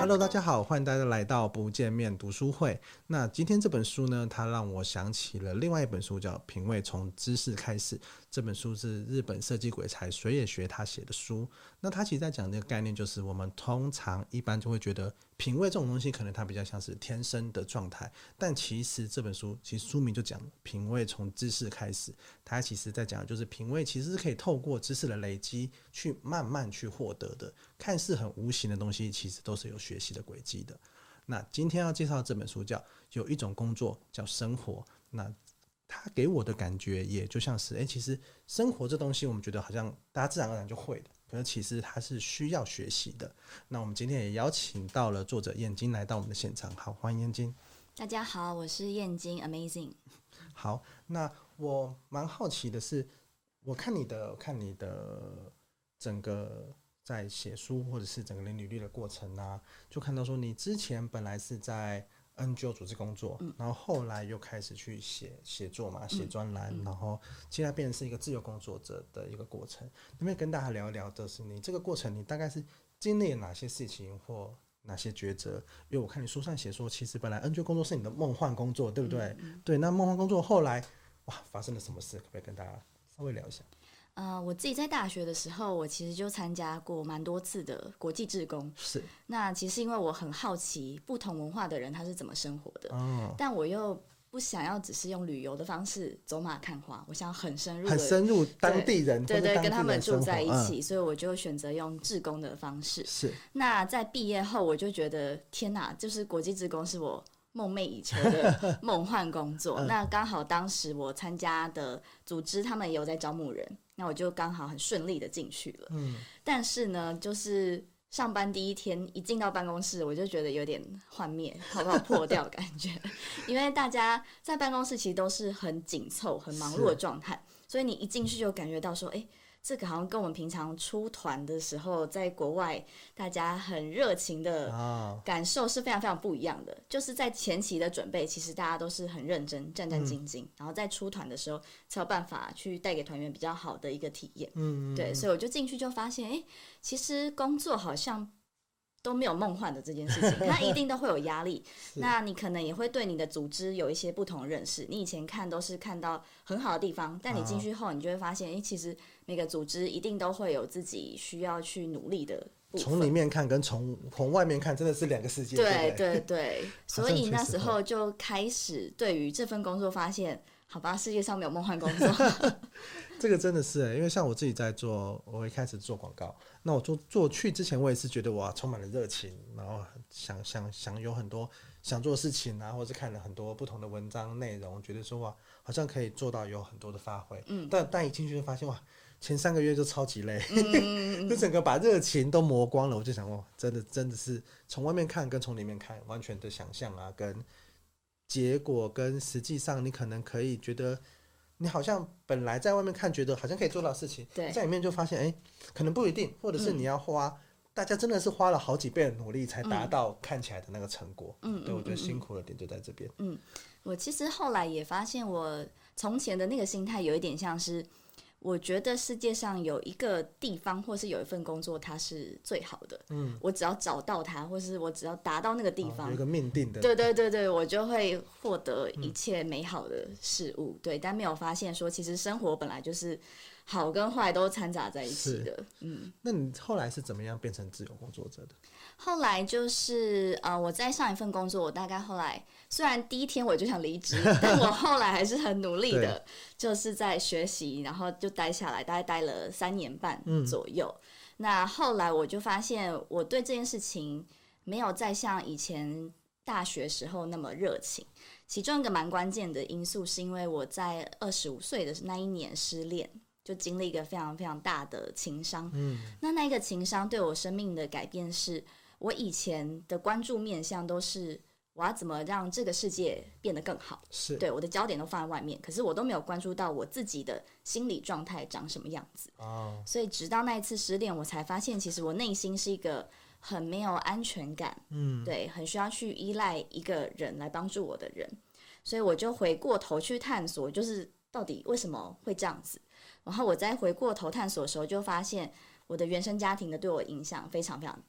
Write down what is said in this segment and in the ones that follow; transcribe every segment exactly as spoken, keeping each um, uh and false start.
Hello， 大家好，欢迎大家来到不见面读书会。那今天这本书呢，它让我想起了另外一本书，叫《品味从知识开始》。这本书是日本设计鬼才水野学他写的书。那他其实在讲这个概念，就是我们通常一般就会觉得品味这种东西，可能它比较像是天生的状态。但其实这本书，其实书名就讲品味从知识开始。它其实在讲的就是品味其实是可以透过知识的累积，去慢慢去获得的。看似很无形的东西，其实都是有学习的轨迹的。那今天要介绍这本书叫有一种工作叫生活。那它给我的感觉也就像是，哎，其实生活这东西我们觉得好像大家自然而然就会的，可是其实它是需要学习的。那我们今天也邀请到了作者燕京来到我们的现场。好，欢迎燕京。 大家好，我是燕京 Amazing。 好，那我蛮好奇的是，我看你的看你的整个在写书或者是整个履历的过程啊，就看到说你之前本来是在 N G O 组织工作、嗯、然后后来又开始去写写作嘛，写专栏、嗯、然后现在变成是一个自由工作者的一个过程。能不能跟大家聊一聊的是你这个过程你大概是经历了哪些事情或哪些抉择？因为我看你书上写说其实本来 N G O 工作是你的梦幻工作，对不对？嗯嗯、对，那梦幻工作后来哇发生了什么事？可不可以跟大家稍微聊一下？ 呃，我自己在大学的时候，我其实就参加过蛮多次的国际志工。 是， 那其实因为我很好奇不同文化的人他是怎么生活的， 哦、 但我又不想要只是用旅游的方式走马看花，我想要很深入的很深入当地人， 对 对, 对，跟他们住在一起、 嗯， 所以我就选择用志工的方式。 是， 那在毕业后，我就觉得天哪，就是国际志工是我梦寐以求的梦幻工作、嗯、那刚好当时我参加的组织他们也有在招募人，那我就刚好很顺利的进去了、嗯、但是呢就是上班第一天一进到办公室，我就觉得有点幻灭，好不好破掉的感觉因为大家在办公室其实都是很紧凑很忙碌的状态，所以你一进去就感觉到说，哎，这个好像跟我们平常出团的时候在国外大家很热情的感受是非常非常不一样的、哦、就是在前期的准备其实大家都是很认真战战兢兢、嗯、然后在出团的时候才有办法去带给团员比较好的一个体验。嗯，对，所以我就进去就发现，哎，其实工作好像都没有梦幻的这件事情，它一定都会有压力那你可能也会对你的组织有一些不同的认识，你以前看都是看到很好的地方，但你进去后你就会发现、哦、其实每个组织一定都会有自己需要去努力的部分， 从里面看跟从从外面看真的是两个世界。 对对 对, 对所以那时候就开始对于这份工作发现，好吧，世界上没有梦幻工作这个真的是、欸、因为像我自己在做，我一开始做广告，那我做做去之前我也是觉得哇充满了热情，然后想想想有很多想做的事情啊，或是看了很多不同的文章内容，觉得说哇好像可以做到有很多的发挥、嗯、但但一进去就发现哇前三个月就超级累、嗯、就整个把热情都磨光了。我就想哇真的真的是从外面看跟从里面看完全的想象啊，跟结果跟实际上你可能可以觉得你好像本来在外面看觉得好像可以做到的事情，在里面就发现哎，可能不一定，或者是你要花、嗯、大家真的是花了好几倍的努力才达到看起来的那个成果。嗯，对，我觉得辛苦的点就在这边。 嗯，我其实后来也发现我从前的那个心态有一点像是，我觉得世界上有一个地方或是有一份工作它是最好的，嗯，我只要找到它，或是我只要达到那个地方、 哦、有一个命定的， 对对对对，我就会获得一切美好的事物、嗯、对，但没有发现说其实生活本来就是好跟坏都掺杂在一起的。嗯， 那你后来是怎么样变成自由工作者的？ 后来就是呃，我在上一份工作，我大概后来虽然第一天我就想离职，但我后来还是很努力的，就是在学习，然后就待下来，大概待了三年半左右、嗯。那后来我就发现，我对这件事情没有再像以前大学时候那么热情。其中一个蛮关键的因素，是因为我在二十五岁的那一年失恋。就经历一个非常非常大的情伤、嗯、那那个情伤对我生命的改变是，我以前的关注面向都是我要怎么让这个世界变得更好， 是对，我的焦点都放在外面，可是我都没有关注到我自己的心理状态长什么样子、哦、所以直到那一次失恋，我才发现其实我内心是一个很没有安全感、嗯、对，很需要去依赖一个人来帮助我的人，所以我就回过头去探索，就是到底为什么会这样子。然后我再回过头探索的时候，就发现我的原生家庭的对我影响非常非常大，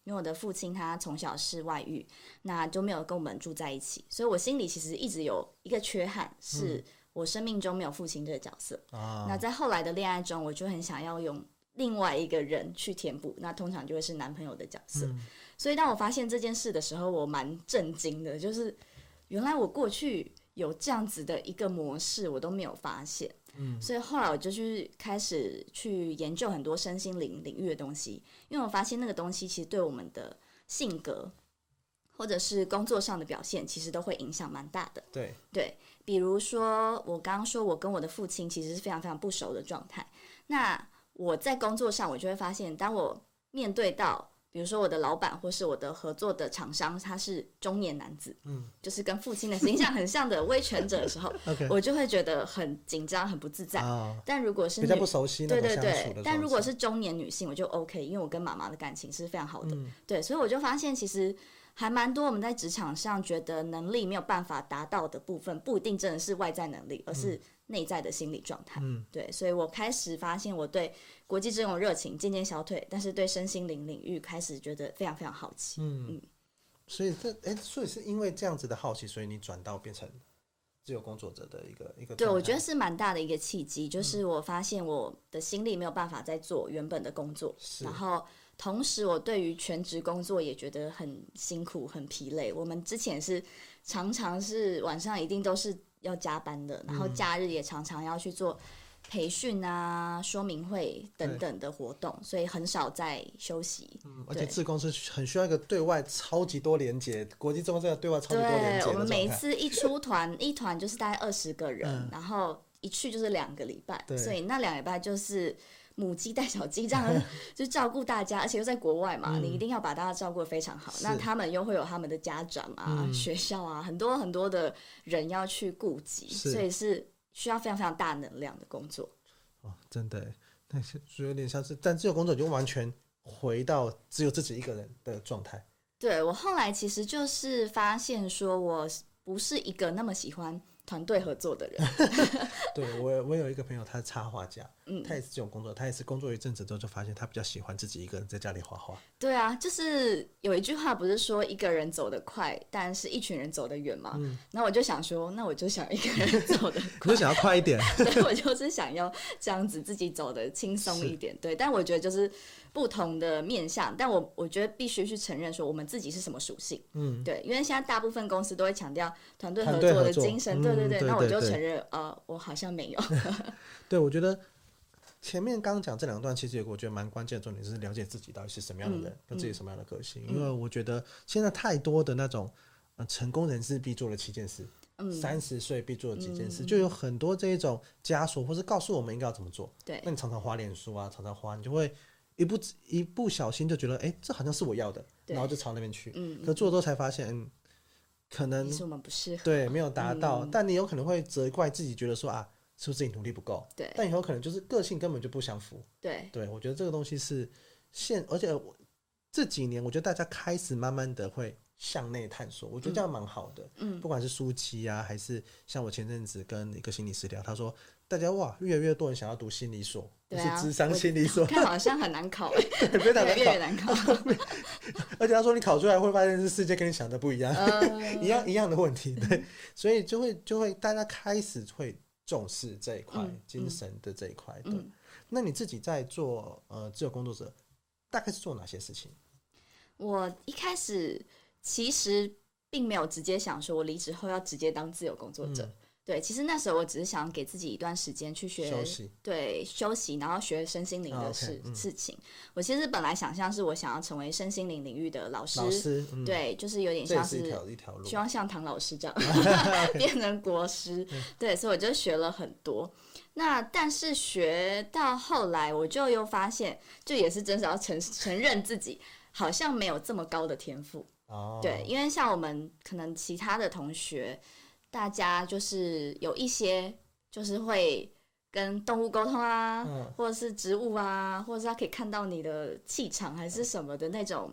因为我的父亲他从小是外遇，那就没有跟我们住在一起，所以我心里其实一直有一个缺憾，是我生命中没有父亲这个角色。嗯、那在后来的恋爱中，我就很想要用另外一个人去填补，那通常就会是男朋友的角色。嗯、所以当我发现这件事的时候，我蛮震惊的，就是原来我过去有这样子的一个模式，我都没有发现。嗯、所以后来我就去开始去研究很多身心灵领域的东西，因为我发现那个东西其实对我们的性格或者是工作上的表现，其实都会影响蛮大的。 对对，比如说我刚刚说我跟我的父亲其实是非常非常不熟的状态，那我在工作上我就会发现，当我面对到比如说我的老板或是我的合作的厂商他是中年男子，嗯，就是跟父亲的形象很像的威权者的时候okay. 我就会觉得很紧张很不自在、哦、但如果是比较不熟悉那种相处的对对对，但如果是中年女性我就 OK， 因为我跟妈妈的感情是非常好的、嗯、对，所以我就发现其实还蛮多我们在职场上觉得能力没有办法达到的部分，不一定真的是外在能力，而是内在的心理状态、嗯、对，所以我开始发现我对国际这种热情渐渐消退，但是对身心灵领域开始觉得非常非常好奇。嗯，嗯所以这哎，所以是因为这样子的好奇，所以你转到变成自由工作者的一个一个。 对，我觉得是蛮大的一个契机，就是我发现我的心力没有办法再做原本的工作，然后同时我对于全职工作也觉得很辛苦很疲累。我们之前是常常是晚上一定都是要加班的，然后假日也常常要去做培训啊、说明会等等的活动，所以很少在休息。 嗯，而且志工是很需要一个对外超级多连结，国际志工是要对外超级多连结的状态。 对，我们每一次一出团，一团就是大概二十个人、嗯，然后一去就是两个礼拜，所以那两个礼拜就是母鸡带小鸡这样就照顾大家，而且又在国外嘛、嗯，你一定要把大家照顾得非常好。那他们又会有他们的家长啊、嗯、学校啊，很多很多的人要去顾及，所以是需要非常非常大能量的工作。 哦，真的耶，但是有点像是，但自由工作就完全回到只有自己一个人的状态。 对，我后来其实就是发现说，我不是一个那么喜欢团队合作的人。 对，我我有一个朋友，他是插画家，嗯，他也是这种工作，他也是工作一阵子之后就发现他比较喜欢自己一个人在家里画画。 对啊，就是有一句话不是说一个人走得快，但是一群人走得远嘛。嗯，然后我就想说，那我就想一个人走得快， 你就想要快一点。 对，我就是想要这样子自己走得轻松一点。对，但我觉得就是不同的面向，但我我觉得必须去承认说我们自己是什么属性。嗯，对，因为现在大部分公司都会强调团队合作的精神。对对对，嗯、那我就承认，呃，我好像没有。 对，我觉得前面刚刚讲这两段，其实有个我觉得蛮关键的重点，就是了解自己到底是什么样的人，嗯、跟自己什么样的个性、嗯。因为我觉得现在太多的那种、呃、成功人士必做的七件事，三十岁必做的几件事、嗯，就有很多这一种枷锁，或是告诉我们应该要怎么做。对，那你常常滑脸书啊，常常滑，你就会一不一不小心就觉得，哎、欸，这好像是我要的，然后就朝那边去。嗯，可做了之后才发现，嗯。可能是我们不适合， 对，没有达到、嗯，但你有可能会责怪自己，觉得说啊，是不是自己努力不够？对，但有可能就是个性根本就不相符。对，对我觉得这个东西是现，而且这几年我觉得大家开始慢慢的会向内探索，我觉得这样蛮好的。嗯，不管是书籍啊，还是像我前阵子跟一个心理师聊，他说大家哇，越来越多人想要读心理所，对啊，是諮商心理所， 看好像很难考，对，非常难考，越来越难考。 而且他说你考出来会发现是世界跟你想的不一样，嗯、一样一样的问题，对，所以就会就会大家开始会重视这一块、嗯、精神的这一块。对、嗯，那你自己在做呃自由工作者，大概是做哪些事情？ 我一开始其实并没有直接想说我离职后要直接当自由工作者。嗯，对，其实那时候我只是想给自己一段时间去学休息， 对，休息，然后学身心灵的事、oh, okay, 嗯、事情。我其实本来想象是我想要成为身心灵领域的老师，老师嗯、对，就是有点像是希望像唐老师这样变成国师。对，所以我就学了很多。那但是学到后来，我就又发现，就也是真的要承承认自己好像没有这么高的天赋。哦，对，因为像我们可能其他的同学。大家就是有一些就是会跟动物沟通啊、嗯、或者是植物啊，或者是他可以看到你的气场还是什么的那种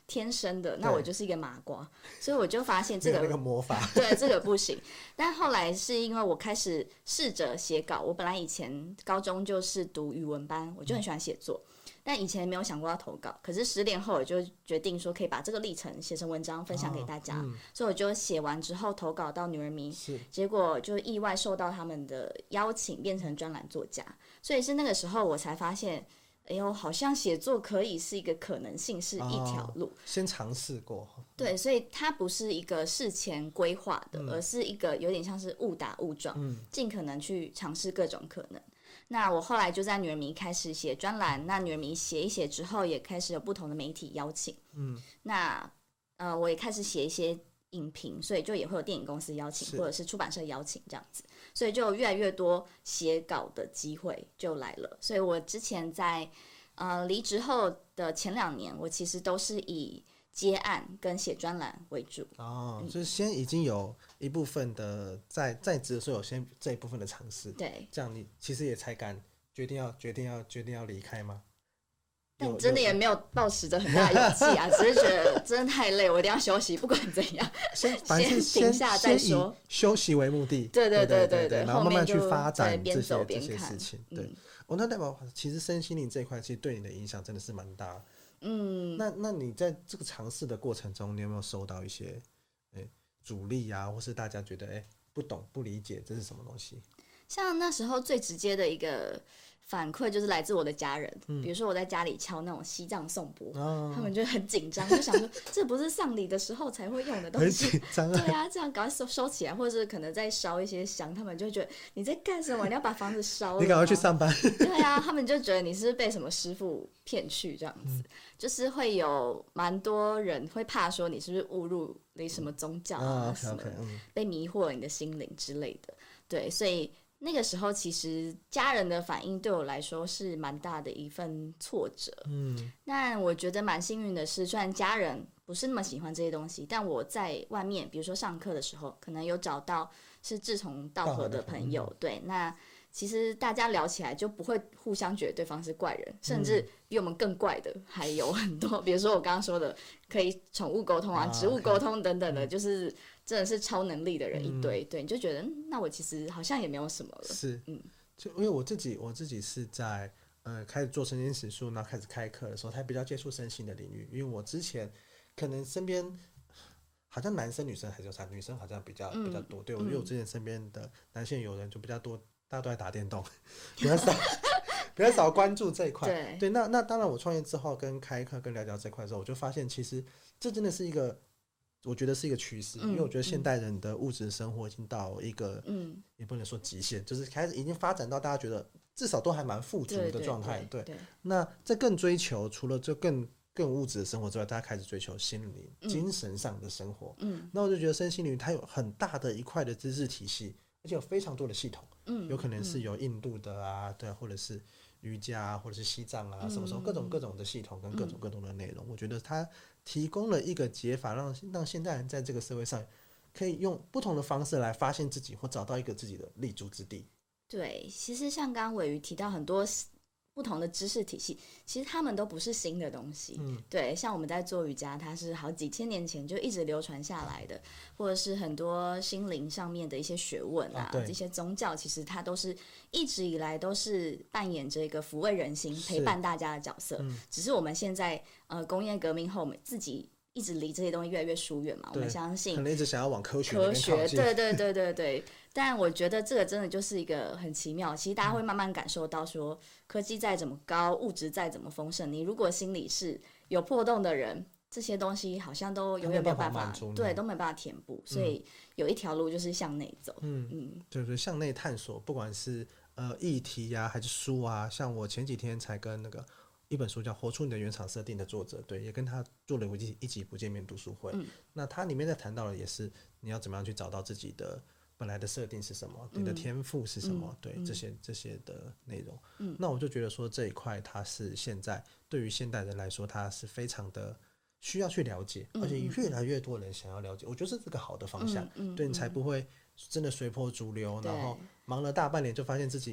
天生的，那我就是一个麻瓜，所以我就发现这个那个魔法， 对这个不行。但后来是因为我开始试着写稿，我本来以前高中就是读语文班，我就很喜欢写作。嗯，但以前没有想过要投稿，可是十年后我就决定说可以把这个历程写成文章分享给大家，哦嗯、所以我就写完之后投稿到女人迷，结果就意外受到他们的邀请，变成专栏作家。所以是那个时候我才发现，哎呦，好像写作可以是一个可能性，是一条路。哦、 先尝试过。 对，所以它不是一个事前规划的、嗯，而是一个有点像是误打误撞，嗯、尽可能去尝试各种可能。那我后来就在女人迷开始写专栏，那女人迷写一写之后，也开始有不同的媒体邀请。嗯，那呃，我也开始写一些影评，所以就也会有电影公司邀请，或者是出版社邀请这样子，所以就越来越多写稿的机会就来了。所以我之前在呃离职后的前两年，我其实都是以接案跟写专栏为主。 哦，嗯、就是先已经有一部分的在在职的时候有先这一部分的尝试， 对， 这样你其实也才敢决定要决定要决定要离开吗？ 但真的也没有抱持着很大的勇气啊，只是觉得真的太累，我一定要休息，不管怎样， 先先停下再说， 以休息为目的， 对对对对对, 对, 对，然后慢慢去发展这些这些事情。对，嗯、哦，那代表其实身心灵这一块其实对你的影响真的是蛮大。嗯，那那你在这个尝试的过程中，你有没有收到一些诶阻力啊，或是大家觉得诶不懂不理解这是什么东西？ 像那时候最直接的一个反馈就是来自我的家人，嗯、比如说我在家里敲那种西藏颂钵，哦、他们就很紧张，就想说这不是丧礼的时候才会用的东西， 很紧张啊， 对啊，这样赶快收收起来，或者是可能再烧一些香，他们就觉得你在干什么？你要把房子烧了吗？ 你赶快去上班。 对啊，他们就觉得你是不是被什么师傅骗去这样子，嗯、就是会有蛮多人会怕说你是不是误入了什么宗教啊，什么被迷惑了你的心灵之类的，对，所以。那个时候其实家人的反应对我来说是蛮大的一份挫折，嗯，那我觉得蛮幸运的是，虽然家人不是那么喜欢这些东西，但我在外面比如说上课的时候可能有找到是志同道合的朋友，对，那其实大家聊起来就不会互相觉得对方是怪人，甚至比我们更怪的还有很多，比如说我刚刚说的可以宠物沟通啊、植物沟通等等的，就是真的是超能力的人一堆，嗯、对，你就觉得、嗯、那我其实好像也没有什么了。 是，嗯，就因为我自己我自己是在呃开始做身心实术，然后开始开课的时候，才比较接触身心的领域。因为我之前可能身边好像男生女生还是有差，女生好像比较、嗯、比较多。对，我因为我之前身边的男性友人就比较多，大家都在打电动，比较少比较少关注这一块。 对， 对，那那当然我创业之后跟开课跟了解这块的时候，我就发现其实这真的是一个。我觉得是一个趋势，嗯、因为我觉得现代人的物质生活已经到一个，嗯，也不能说极限，就是开始已经发展到大家觉得至少都还蛮富足的状态。对, 对, 对, 对，那在更追求除了就更更物质的生活之外，大家开始追求心灵、嗯、精神上的生活。嗯，那我就觉得身心灵它有很大的一块的知识体系，而且有非常多的系统。嗯，有可能是有印度的啊，对，或者是瑜伽啊，或者是西藏啊，什么什么各种各种的系统跟各种各种的内容，嗯、我觉得它提供了一个解法，让让现代人在这个社会上可以用不同的方式来发现自己，或找到一个自己的立足之地。 对，其实像刚刚瑋瑜提到很多不同的知识体系，其实他们都不是新的东西。嗯，对，像我们在做瑜伽，它是好几千年前就一直流传下来的，或者是很多心灵上面的一些学问啊，啊这些宗教，其实它都是一直以来都是扮演着一个抚慰人心、陪伴大家的角色。嗯、只是我们现在呃工业革命后，我们自己一直离这些东西越来越疏远嘛。我们相信可能一直想要往科学科学，对对对对对。但我觉得这个真的就是一个很奇妙，其实大家会慢慢感受到说，科技再怎么高，物质再怎么丰盛，你如果心里是有破洞的人，这些东西好像都永远没有办法，对，都没有办法填补。所以有一条路就是向内走。嗯嗯，对对，向内探索，不管是呃议题啊，还是书啊，像我前几天才跟那个一本书叫《活出你的原厂设定》的作者，对，也跟他做了一一集不见面读书会。嗯、那他里面在谈到的也是你要怎么样去找到自己的。本来的设定是什么？你的天赋是什么？嗯、对、嗯、这些这些的内容、嗯，那我就觉得说这一块它是现在对于现代人来说，它是非常的需要去了解，嗯、而且越来越多人想要了解。我觉得这是个好的方向，嗯嗯、对你才不会真的随波逐流，然后忙了大半年就发现自己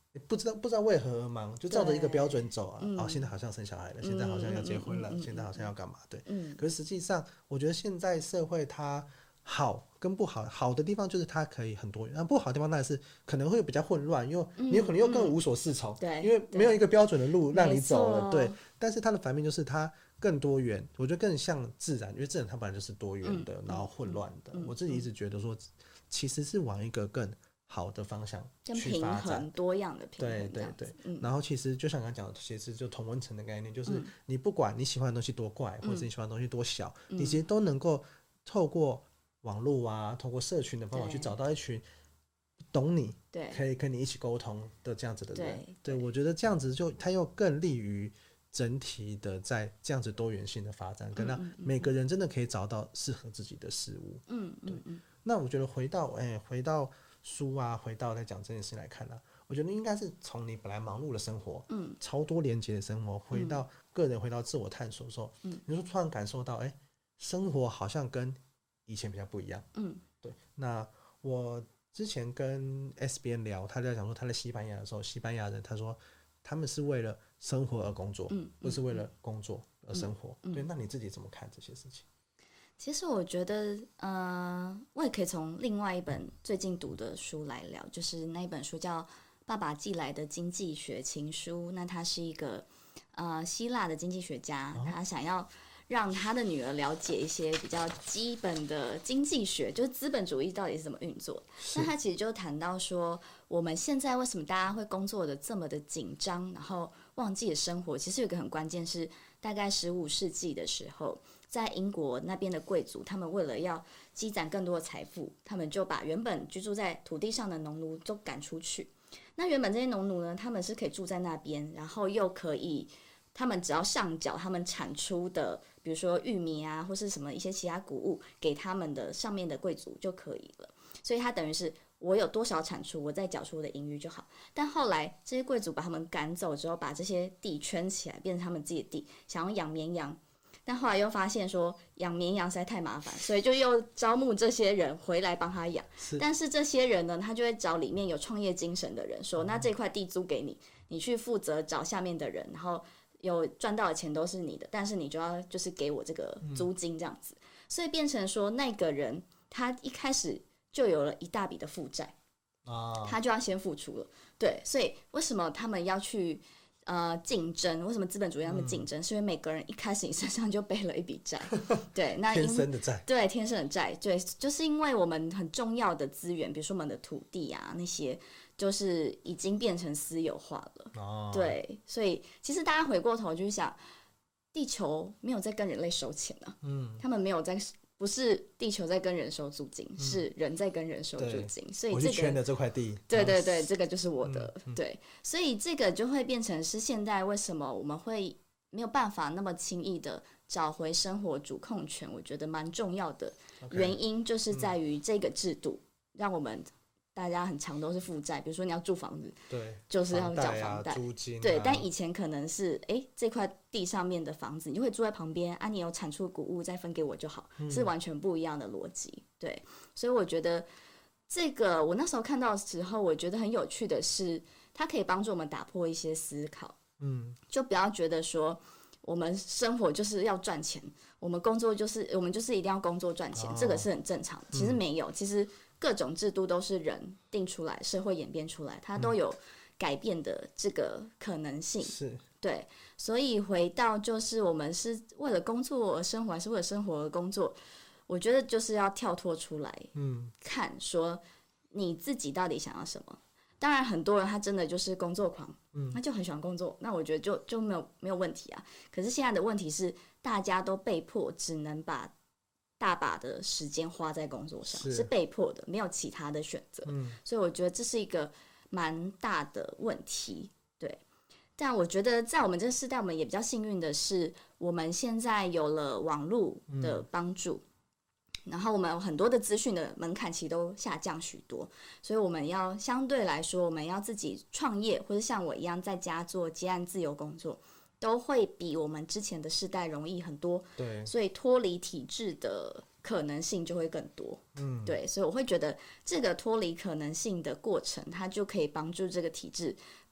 不知道不知道为何而忙，就照着一个标准走啊。 嗯、 哦，现在好像生小孩了，现在好像要结婚了， 嗯、 现在好像要干嘛？对。 嗯。 可是实际上，我觉得现在社会它好跟不好，好的地方就是它可以很多元，那不好的地方当然是可能会比较混乱，因为你有可能又更无所适从， 嗯、 因为没有一个标准的路让你走了。对。但是它的反面就是它更多元，我觉得更像自然，因为自然它本来就是多元的，嗯、然后混乱的。嗯、我自己一直觉得说，其实是往一个更好的方向去发展， 平衡多样的平衡， 对对对、嗯。然后其实就像刚刚讲的，其实就同温层的概念，就是你不管你喜欢的东西多怪，嗯、或者你喜欢的东西多小，嗯、你其实都能够透过网络啊，透过社群的方法去找到一群懂你， 对， 可以跟你一起沟通的这样子的人。 对， 对，我觉得这样子就它又更利于整体的在这样子多元性的发展，跟让每个人真的可以找到适合自己的事物。 嗯嗯嗯。 那我觉得回到哎、欸，回到书啊，回到在讲这件事来看啊，我觉得应该是从你本来忙碌的生活，嗯，超多连结的生活，回到个人，回到自我探索的时候，嗯，你说突然感受到，哎、欸，生活好像跟以前比较不一样，嗯，对。那我之前跟 S 边聊，他在讲说他在西班牙的时候，西班牙人他说他们是为了生活而工作，嗯，不是为了工作而生活，嗯、对。那你自己怎么看这些事情？ 其实我觉得，呃，我也可以从另外一本最近读的书来聊，就是那一本书叫《爸爸寄来的经济学情书》。那他是一个呃希腊的经济学家，他想要让他的女儿了解一些比较基本的经济学，就是资本主义到底是怎么运作。那他其实就谈到说，我们现在为什么大家会工作的这么的紧张，然后忘记了生活？其实有一个很关键是，大概十五世纪的时候，在英国那边的贵族，他们为了要积攒更多的财富，他们就把原本居住在土地上的农奴都赶出去。那原本这些农奴呢，他们是可以住在那边，然后又可以，他们只要上缴他们产出的，比如说玉米啊，或是什么一些其他谷物给他们的上面的贵族就可以了。所以他等于是我有多少产出，我再缴出我的盈余就好。但后来这些贵族把他们赶走之后，把这些地圈起来，变成他们自己的地，想要养绵羊。但后来又发现说养绵羊实在太麻烦，所以就又招募这些人回来帮他养。但是这些人呢，他就会找里面有创业精神的人说，那这块地租给你，你去负责找下面的人，然后有赚到的钱都是你的，但是你就要就是给我这个租金这样子。嗯、所以变成说那个人他一开始就有了一大笔的负债，啊、他就要先付出了。对，所以为什么他们要去呃竞争？为什么资本主义他们竞争？嗯、是因为每个人一开始你身上就背了一笔债，对，那天生的债， 对，天生的债，对，就是因为我们很重要的资源，比如说我们的土地啊那些，就是已经变成私有化了。哦，对，所以其实大家回过头去想，地球没有在跟人类收钱啊，嗯，他们没有在。不是地球在跟人收租金，嗯、是人在跟人收租金，所以这个我去圈了这块地， 对对对，这个就是我的，嗯嗯、对，所以这个就会变成是现在为什么我们会没有办法那么轻易的找回生活主控权，我觉得蛮重要的原因就是在于这个制度、嗯、让我们大家很常都是负债，比如说你要住房子， 对， 就是要缴房贷、 啊、租金、啊， 对。但以前可能是，哎，这块地上面的房子，你会住在旁边啊，你有产出谷物再分给我就好，嗯、是完全不一样的逻辑。对，所以我觉得这个我那时候看到的时候，我觉得很有趣的是，它可以帮助我们打破一些思考，嗯，就不要觉得说我们生活就是要赚钱，我们工作就是我们就是一定要工作赚钱，哦、这个是很正常的。其实没有，嗯、其实。各种制度都是人定出来，社会演变出来，它都有改变的这个可能性。 是， 对，所以回到就是我们是为了工作而生活，还是为了生活而工作？我觉得就是要跳脱出来，嗯，看说你自己到底想要什么。当然，很多人他真的就是工作狂，嗯，他就很喜欢工作，那我觉得就就没有没有问题啊。可是现在的问题是，大家都被迫只能把大把的时间花在工作上， 是, 是被迫的，没有其他的选择、嗯、所以我觉得这是一个蛮大的问题。对，但我觉得在我们这个时代，我们也比较幸运的是，我们现在有了网络的帮助、嗯、然后我们有很多的资讯的门槛其实都下降许多，所以我们要相对来说，我们要自己创业，或者像我一样在家做接案自由工作，都会比我们之前的世代容易很多， 对， 所以脱离体制的可能性就会更多，嗯，对，所以我会觉得这个脱离可能性的过程，它就可以帮助这个体制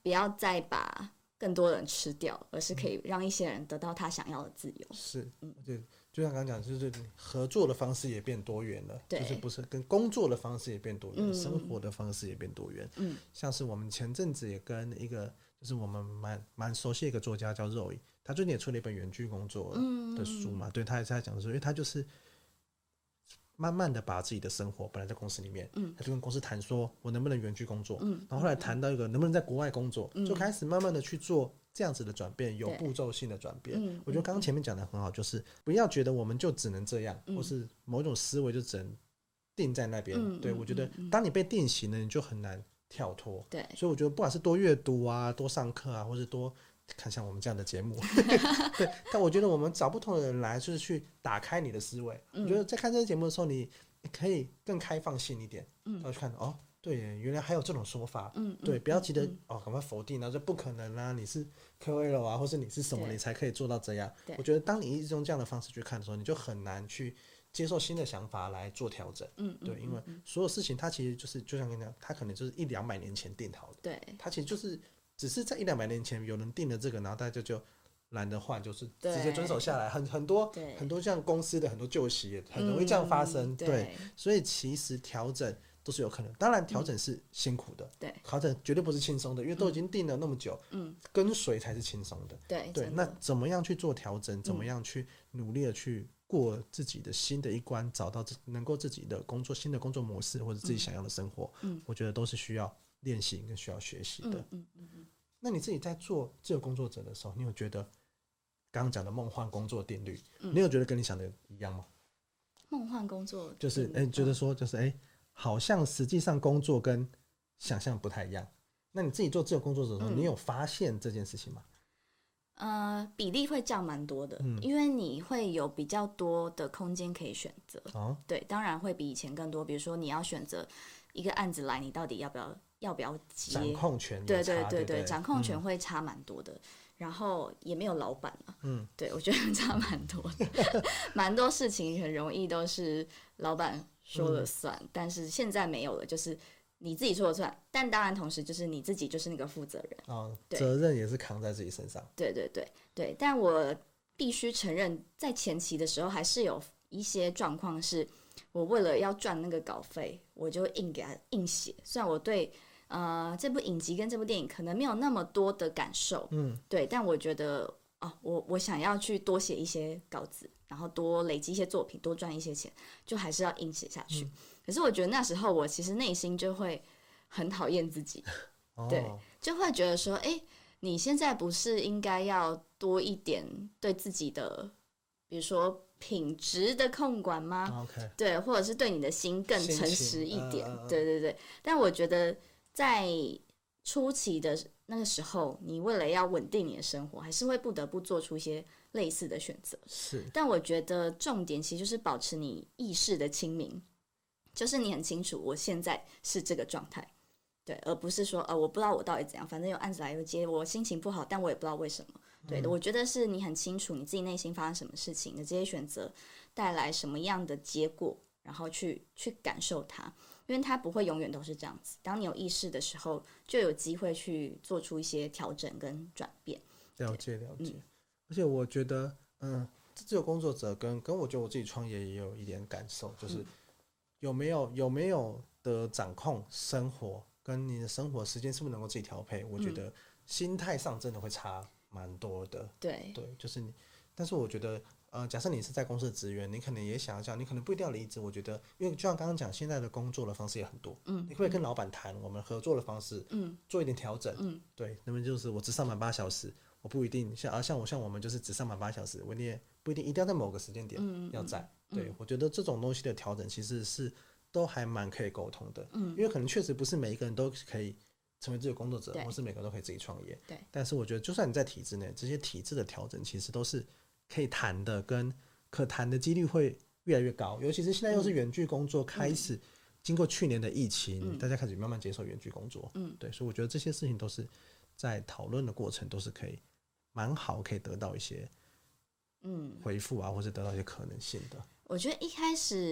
不要再把更多人吃掉，而是可以让一些人得到他想要的自由。 是，嗯，就就像刚刚讲，就是合作的方式也变多元了， 对， 就是不是跟工作的方式也变多元， 嗯、 生活的方式也变多元。 嗯， 像是我们前阵子也跟一个就是我们蛮蛮熟悉的一个作家叫肉乙，他最近也出了一本远距工作的书嘛，嗯、对，他也是在讲说，因为他就是慢慢的把自己的生活本来在公司里面，嗯、他就跟公司谈说我能不能远距工作，嗯、然后后来谈到一个能不能在国外工作，嗯、就开始慢慢的去做这样子的转变，有步骤性的转变。我觉得刚刚前面讲的很好，就是不要觉得我们就只能这样，嗯、或是某种思维就只能定在那边。嗯、对，我觉得当你被定型了，你就很难跳脱。对，所以我觉得不管是多阅读啊，多上课啊，或是多看像我们这样的节目，对，但我觉得我们找不同的人来，就是去打开你的思维。嗯、我觉得在看这些节目的时候，你可以更开放性一点，嗯，然后去看哦，对耶，原来还有这种说法，嗯，对，不要急着、嗯、哦，赶快否定，然后就不可能啊，你是 K O L 啊，或是你是什么，你才可以做到这样。我觉得当你一直用这样的方式去看的时候，你就很难去接受新的想法来做调整。嗯，对，因为所有事情它其实就是就像跟你讲，它可能就是一两百年前定好的，对，它其实就是只是在一两百年前有人定了这个，然后大家就懒得换，就是直接遵守下来。很很多很多像公司的很多旧习也很容易这样发生。嗯、对, 对，所以其实调整都是有可能，当然调整是辛苦的，对、嗯，调整绝对不是轻松的，因为都已经定了那么久，嗯，跟随才是轻松的。对对，那怎么样去做调整？怎么样去努力的去过自己的新的一关，找到能够自己的工作新的工作模式，或者自己想要的生活，嗯，我觉得都是需要练习跟需要学习的。嗯嗯嗯。那你自己在做自由工作者的时候，你有觉得刚刚讲的梦幻工作定律，嗯、你有觉得跟你想的一样吗？ 梦幻工作就是哎、欸，觉得说就是哎、欸，好像实际上工作跟想象不太一样。那你自己做自由工作者的时候，嗯、你有发现这件事情吗？ 呃，比例会降蛮多的，嗯、因为你会有比较多的空间可以选择。哦，对，当然会比以前更多。比如说你要选择一个案子来，你到底要不要？要不要接掌控权？ 对对对 对, 对，掌控权会差蛮多的，嗯、然后也没有老板嘛，嗯，对，我觉得差蛮多的，蛮多事情很容易都是老板说了算，嗯、但是现在没有了，就是你自己说了算，但当然同时就是你自己就是那个负责人， 哦，责任也是扛在自己身上， 对对对对，但我必须承认，在前期的时候还是有一些状况是，我为了要赚那个稿费，我就硬给他硬写，虽然我对。呃，这部影集跟这部电影可能没有那么多的感受，嗯，对，但我觉得哦，我我想要去多写一些稿子，然后多累积一些作品，多赚一些钱，就还是要硬写下去。嗯、可是我觉得那时候我其实内心就会很讨厌自己，哦、对，就会觉得说，哎，你现在不是应该要多一点对自己的，比如说品质的控管吗？ Okay. 对，或者是对你的心更诚实一点，呃、对对对。但我觉得。在初期的那个时候，你为了要稳定你的生活，还是会不得不做出一些类似的选择。是，但我觉得重点其实就是保持你意识的清明，就是你很清楚我现在是这个状态，对，而不是说呃我不知道我到底怎样，反正有案子来又接，我心情不好，但我也不知道为什么。对的，嗯、我觉得是你很清楚你自己内心发生什么事情，你的这些选择带来什么样的结果，然后去去感受它。因为它不会永远都是这样子，当你有意识的时候，就有机会去做出一些调整跟转变。 了解了解，嗯、而且我觉得，嗯，自由工作者跟跟我觉得我自己创业也有一点感受，就是有没有有没有的掌控生活，跟你的生活时间是不是能够自己调配？我觉得心态上真的会差蛮多的。对对，就是你，但是我觉得。呃，假设你是在公司的职员，你可能也想要这样，你可能不一定要离职。我觉得，因为就像刚刚讲，现在的工作的方式也很多，嗯，你会跟老板谈我们合作的方式，嗯，做一点调整，嗯，对，那么就是我只上班八小时，我不一定像啊像我像我们就是只上班八小时，我也不一定一定要在某个时间点要在，嗯嗯、对，我觉得这种东西的调整其实是都还蛮可以沟通的，嗯，因为可能确实不是每一个人都可以成为自由工作者，或是每个人都可以自己创业，对，但是我觉得就算你在体制内，这些体制的调整其实都是。可以谈的跟可谈的几率会越来越高，尤其是现在又是远距工作开始，嗯、经过去年的疫情，嗯、大家开始慢慢接受远距工作，嗯，对，所以我觉得这些事情都是在讨论的过程都是可以蛮好，可以得到一些嗯回复啊，或者得到一些可能性的。 我觉得一开始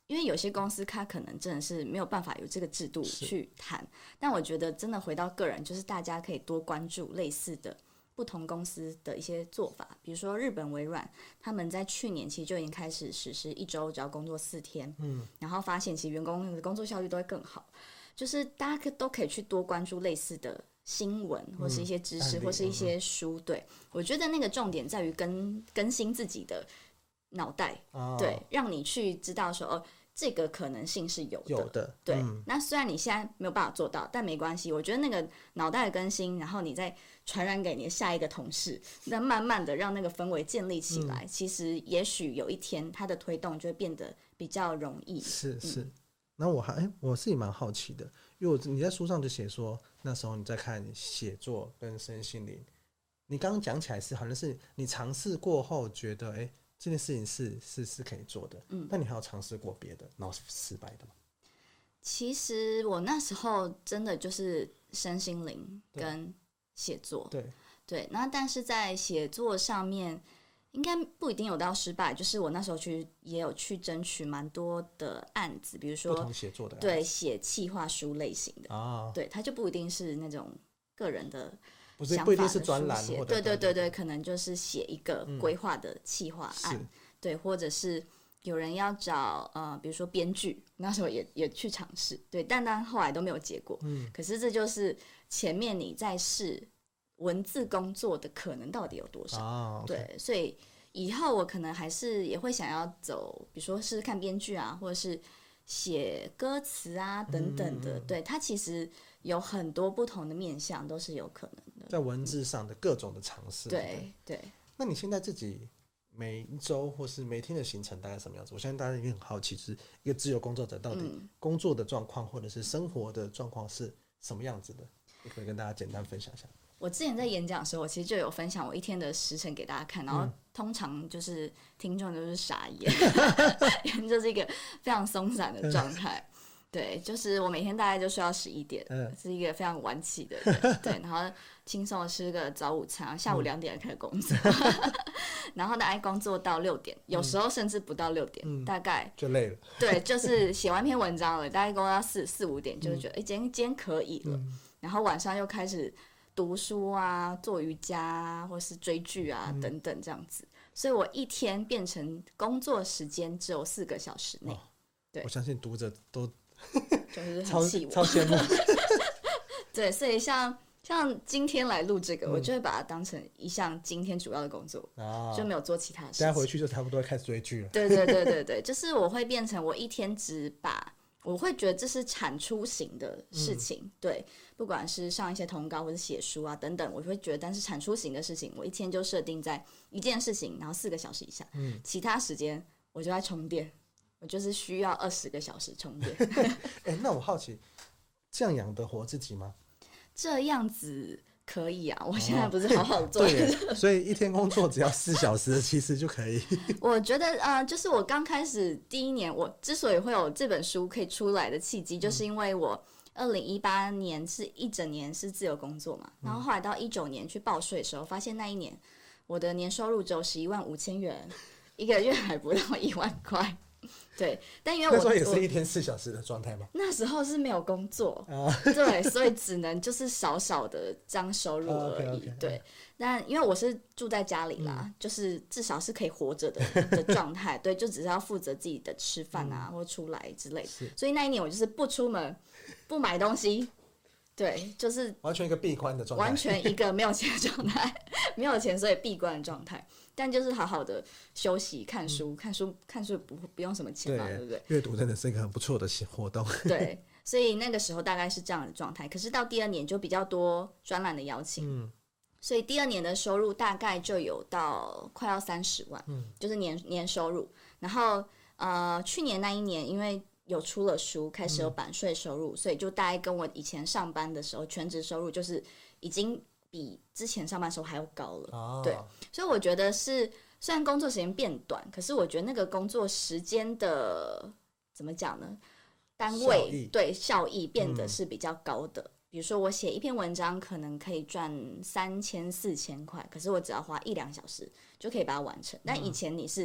因为有些公司它可能真的是没有办法有这个制度去谈，但我觉得真的回到个人，就是大家可以多关注类似的不同公司的一些做法，比如说日本微软，他们在去年其实就已经开始实施一周只要工作四天，嗯，然后发现其实员工的工作效率都会更好，就是大家都可以去多关注类似的新闻或是一些知识、嗯、或是一些书，对，我觉得那个重点在于更更新自己的脑袋、哦、对，让你去知道说哦，这个可能性是有的， 有的， 对、嗯。那虽然你现在没有办法做到，但没关系。我觉得那个脑袋的更新，然后你再传染给你的下一个同事，那慢慢的让那个氛围建立起来、嗯。其实也许有一天，它的推动就会变得比较容易。 是是。那、嗯、我还、欸、我自己蛮好奇的，因为我你在书上就写说，那时候你在看写作跟身心灵，你刚刚讲起来是好像是你尝试过后觉得哎。欸这件事情是是是可以做的，嗯，但你还有尝试过别的，然后失败的吗？ 其实我那时候真的就是身心灵跟写作， 对对，那但是在写作上面应该不一定有到失败，就是我那时候去也有去争取蛮多的案子，比如说不同写作的案子， 对，写企划书类型的啊， 对，它就不一定是那种个人的。 不是不一定是专栏， 对对对对，可能就是写一个规划的企划案、嗯，对，或者是有人要找呃，比如说编剧，那时候也也去尝试，对，但但后来都没有结果。嗯，可是这就是前面你在试文字工作的可能到底有多少？啊 okay、对，所以以后我可能还是也会想要走，比如说是看编剧啊，或者是写歌词啊等等的，嗯、对，它其实有很多不同的面向，都是有可能的。 在文字上的各种的尝试、嗯， 对对。 那你现在自己每一周或是每天的行程大概什么样子？我相信大家一定很好奇，就是一个自由工作者到底工作的状况或者是生活的状况是什么样子的？你可以跟大家简单分享一下。 我之前在演讲的时候，我其实就有分享我一天的时程给大家看，然后通常就是听众就是傻眼，因为这是一个非常松散的状态。对，就是我每天大概就睡到十一点、嗯，是一个非常晚起的人。对，然后轻松的吃个早午餐，下午两点开始工作，嗯、然后大概工作到六点，有时候甚至不到六点、嗯，大概就累了。 对，就是写完篇文章了，大概工作到四四五点，就是觉得哎、嗯，今天今天可以了、嗯。然后晚上又开始读书啊，做瑜伽啊，或是追剧啊、嗯、等等这样子。所以我一天变成工作时间只有四个小时内、哦。对， 我相信读者都。 就是很气我， 超羡慕。 对，所以像像今天来录这个、嗯，我就会把它当成一项今天主要的工作，啊、就没有做其他的事情。 现在回去就差不多开始追剧了。 对对对对对，就是我会变成我一天只把，我会觉得这是产出型的事情，嗯、对，不管是上一些通告或者写书啊等等，我会觉得，但是产出型的事情，我一天就设定在一件事情，然后四个小时以下，嗯，其他时间我就在充电。我就是需要二十个小时充电。 哎、欸，那我好奇，这样养得活自己吗？ 这样子可以啊，我现在不是好好做、哦、 对，所以一天工作只要四小时，其实就可以。 我觉得呃，就是我刚开始第一年，我之所以会有这本书可以出来的契机，就是因为我二零一八年是一整年是自由工作嘛，然后后来到一九年去报税的时候，发现那一年我的年收入只有十一万五千元，一个月还不到一万块。对，但因为我那时候也是一天四小时的状态吗？ 那时候是没有工作，啊、对，所以只能就是少少的这样收入而已。啊、okay, okay, 对，但因为我是住在家里啦，嗯、就是至少是可以活着的的状态。对，就只是要负责自己的吃饭啊、嗯，或出来之类的。所以那一年我就是不出门，不买东西。对，就是完全一个闭关的状态， 完全一个没有钱的状态，没有钱所以闭关的状态。但就是好好的休息、看书，嗯、看书看书不不用什么钱嘛， 对, 对不对？ 阅读真的是一个很不错的活动。 对，所以那个时候大概是这样的状态。可是到第二年就比较多专栏的邀请，嗯，所以第二年的收入大概就有到快要三十万，嗯，就是年年收入。然后呃，去年那一年因为有出了书，开始有版税收入，嗯、所以就大概跟我以前上班的时候全职收入就是已经比之前上班的时候还要高了。哦、对，所以我觉得是虽然工作时间变短，可是我觉得那个工作时间的怎么讲呢？单位效对效益变得是比较高的。嗯、比如说我写一篇文章可能可以赚三千四千块，可是我只要花一两小时就可以把它完成。但以前你是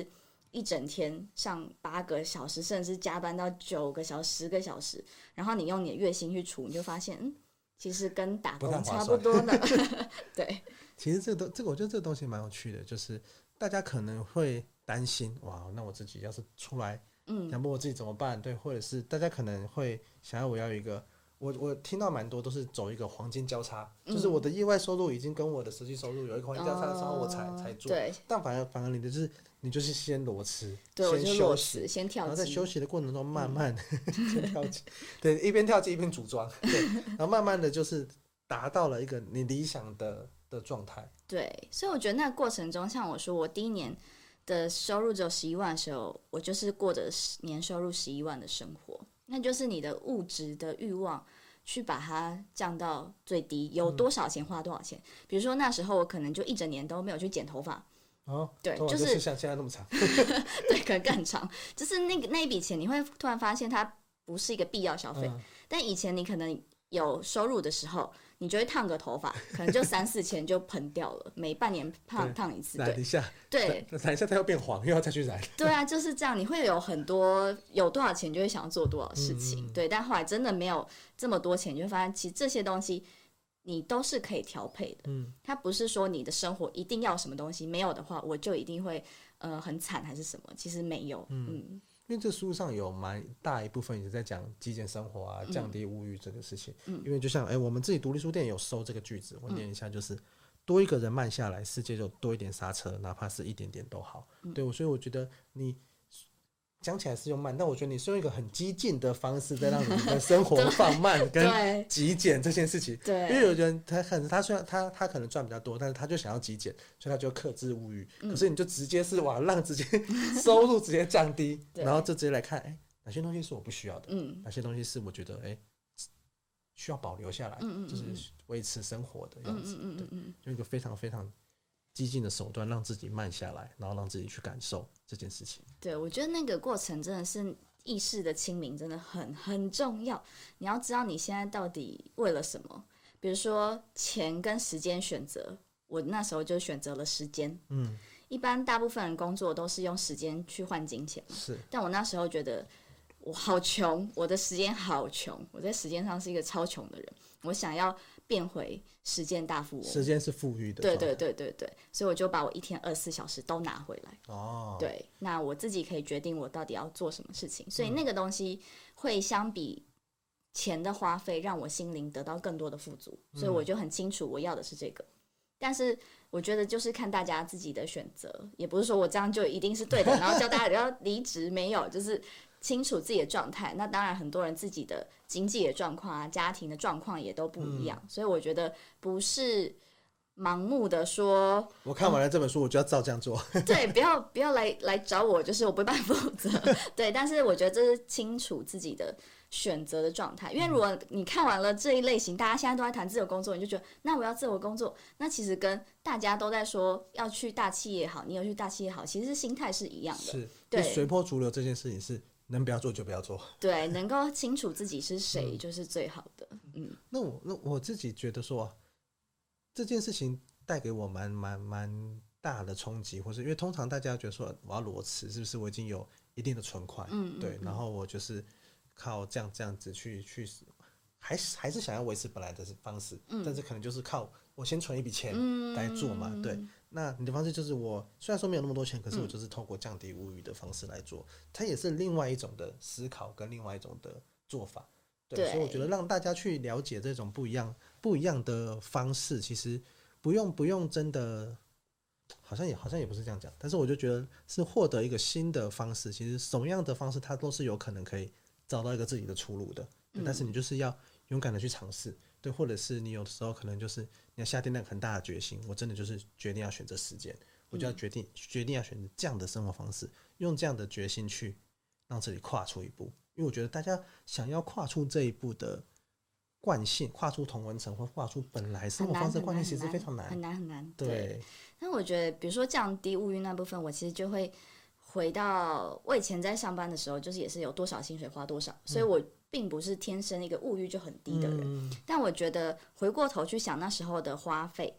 一整天上八个小时，甚至加班到九个小时、十个小时，然后你用你的月薪去除，你就发现，嗯，其实跟打工差不多呢。对， 其实这个这个我觉得这个东西蛮有趣的，就是大家可能会担心，哇，那我自己要是出来，嗯，想不我自己怎么办？对，或者是大家可能会想要我要有一个。我我听到蛮多都是走一个黄金交叉，嗯、就是我的意外收入已经跟我的实际收入有一个黄金交叉的时候，我才、哦、才做。 对。 但反而反而你的就是你就是先裸辞， 对， 先休息， 先跳机， 然后在休息的过程中慢慢、嗯、先跳机，对，一边跳机一边组装，对，然后慢慢的就是达到了一个你理想的的状态。 对，所以我觉得那个过程中，像我说，我第一年的收入只有十一万的时候，我就是过着年收入十一万的生活。那就是你的物质的欲望去把它降到最低，有多少钱花多少钱。嗯、比如说那时候我可能就一整年都没有去剪头发， 哦， 对， 就是就是像现在那么长， 对，可能更长。就是那个那一笔钱，你会突然发现它不是一个必要消费，嗯、但以前你可能有收入的时候，你就会烫个头发，可能就三四千就喷掉了，每半年烫烫一次， 染一下， 对， 染一下它又变黄，又要再去染。 对啊，就是这样，你会有很多有多少钱就会想要做多少事情，嗯、对。但后来真的没有这么多钱，你就会发现其实这些东西你都是可以调配的，嗯，它不是说你的生活一定要什么东西，没有的话我就一定会呃很惨还是什么，其实没有，嗯。嗯因为这书上有蛮大一部分也是在讲极简生活啊，降低物欲这个事情。嗯、因为就像哎、欸，我们自己独立书店有收这个句子，我念一下，就是、嗯、多一个人慢下来，世界就多一点刹车，哪怕是一点点都好。嗯、对，所以我觉得你讲起来是用慢，但我觉得你是用一个很激进的方式在让你的生活放慢跟极简这件事情。 对， 因为有人他可能他虽然他他可能赚比较多，但是他就想要极简，所以他就克制物欲。嗯、可是你就直接是哇，让直接收入直接降低，然后就直接来看，哎，哪些东西是我不需要的，嗯、哪些东西是我觉得哎需要保留下来，嗯嗯嗯就是维持生活的样子。嗯嗯嗯嗯对，用一个非常非常激进的手段让自己慢下来，然后让自己去感受这件事情。 对，我觉得那个过程真的是意识的清明，真的很很重要。你要知道你现在到底为了什么，比如说钱跟时间选择，我那时候就选择了时间。嗯，一般大部分人工作都是用时间去换金钱嘛， 是。 但我那时候觉得我好穷，我的时间好穷，我在时间上是一个超穷的人，我想要变回时间大富翁。 时间是富裕的， 对对对对对，所以我就把我一天二十四小时都拿回来。 哦， 对，那我自己可以决定我到底要做什么事情，所以那个东西会相比钱的花费让我心灵得到更多的富足，所以我就很清楚我要的是这个。但是我觉得就是看大家自己的选择，也不是说我这样就一定是对的，然后叫大家要离职，没有，就是清楚自己的状态。那当然很多人自己的经济的状况啊，家庭的状况也都不一样，嗯、所以我觉得不是盲目的说我看完了这本书、嗯、我就要照这样做。 对，不要不要来来找我，就是我不帮你负责。对，但是我觉得这是清楚自己的选择的状态，因为如果你看完了这一类型，大家现在都在谈自由工作，你就觉得那我要自由工作，那其实跟大家都在说要去大企业好，你有去大企业好，其实是心态是一样的。 是， 对， 随波逐流这件事情是能不要做就不要做。 对，能够清楚自己是谁就是最好的。嗯， 那我那我自己觉得说这件事情带给我蛮蛮蛮大的冲击，或是因为通常大家觉得说我要裸辞，是不是我已经有一定的存款？嗯, 嗯，对，然后我就是靠这样这样子去去，还是还是想要维持本来的方式，嗯、但是可能就是靠我先存一笔钱来做嘛。嗯、对，那你的方式就是我虽然说没有那么多钱，可是我就是透过降低物欲的方式来做，它也是另外一种的思考跟另外一种的做法。对，对，所以我觉得让大家去了解这种不一样不一样的方式，其实不用不用真的，好像也好像也不是这样讲，但是我就觉得是获得一个新的方式，其实什么样的方式它都是有可能可以找到一个自己的出路的，嗯、但是你就是要勇敢的去尝试，对，或者是你有的时候可能就是你要下定那个很大的决心，我真的就是决定要选择时间，我就要决定、嗯、决定要选择这样的生活方式，用这样的决心去让自己跨出一步。因为我觉得大家想要跨出这一步的惯性，跨出同温层或跨出本来生活方式的惯性，其实非常难， 很难很难。 对。对， 但我觉得，比如说降低物欲那部分，我其实就会回到我以前在上班的时候，就是也是有多少薪水花多少，嗯、所以我并不是天生一个物欲就很低的人。嗯、但我觉得回过头去想那时候的花费，